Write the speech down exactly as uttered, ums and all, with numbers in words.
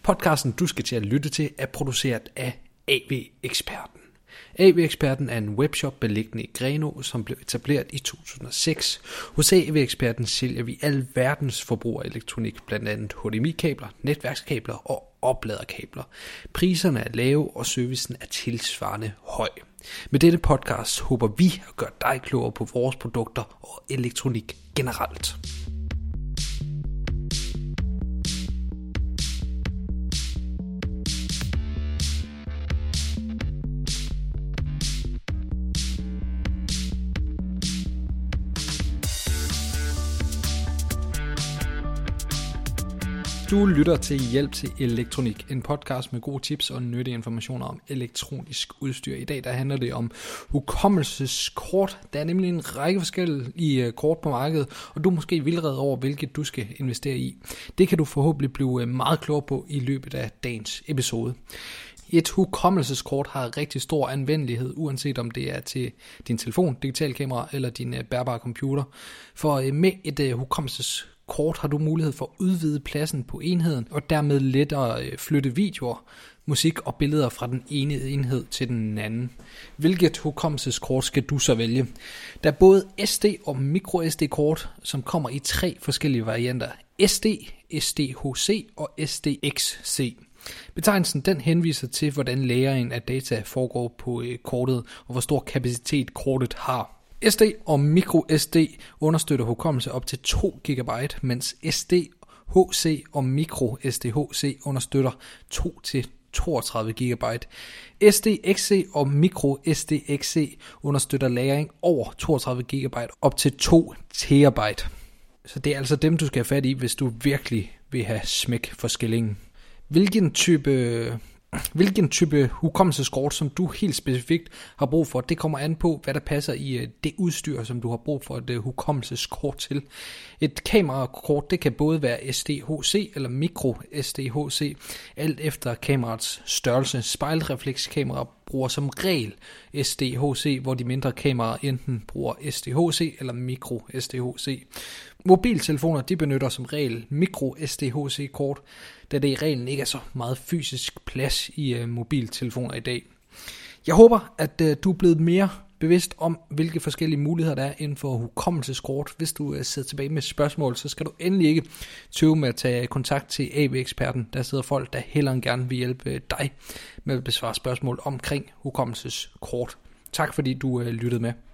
Podcasten, du skal til at lytte til, er produceret af A V-eksperten. A V-eksperten er en webshop beliggende i Grenaa, som blev etableret i to tusind og seks. Hos A V-eksperten sælger vi al verdens forbrugerelektronik, blandt andet H D M I-kabler, netværkskabler og opladerkabler. Priserne er lave, og servicen er tilsvarende høj. Med denne podcast håber vi at gøre dig klogere på vores produkter og elektronik generelt. Du lytter til Hjælp til Elektronik, en podcast med gode tips og nyttige informationer om elektronisk udstyr. I dag der handler det om hukommelseskort. Der er nemlig en række forskellige kort på markedet, og du er måske vildred over, hvilket du skal investere i. Det kan du forhåbentlig blive meget klogere på i løbet af dagens episode. Et hukommelseskort har rigtig stor anvendelighed, uanset om det er til din telefon, digitalkamera eller din bærbare computer. For med et hukommelseskort Kort har du mulighed for at udvide pladsen på enheden, og dermed lettere flytte videoer, musik og billeder fra den ene enhed til den anden. Hvilket hukommelseskort skal du så vælge? Der er både S D og micro S D-kort, som kommer i tre forskellige varianter. S D, S D H C og S D X C. Betegnelsen den henviser til, hvordan lagringen af data foregår på kortet, og hvor stor kapacitet kortet har. S D og micro S D understøtter hukommelse op til to gigabyte, mens S D H C og micro S D H C understøtter to til toogtredive gigabyte. S D X C og micro S D X C understøtter lagring over toogtredive gigabyte op til to terabyte. Så det er altså dem, du skal have fat i, hvis du virkelig vil have smæk for skillingen. Hvilken type... Hvilken type hukommelseskort, som du helt specifikt har brug for, det kommer an på, hvad der passer i det udstyr, som du har brug for et hukommelseskort til. Et kamerakort, det kan både være S D H C eller micro S D H C, alt efter kameraets størrelse. Spejlreflekskamera bruger som regel S D H C, hvor de mindre kameraer enten bruger S D H C eller micro S D H C. Mobiltelefoner de benytter som regel micro S D H C kort, da det i reglen ikke er så meget fysisk plads i uh, mobiltelefoner i dag. Jeg håber, at uh, du er blevet mere bevidst om, hvilke forskellige muligheder der er inden for hukommelseskort. Hvis du uh, sidder tilbage med spørgsmål, så skal du endelig ikke tøve med at tage kontakt til A V-eksperten. Der sidder folk, der hellere end gerne vil hjælpe dig med at besvare spørgsmål omkring hukommelseskort. Tak fordi du uh, lyttede med.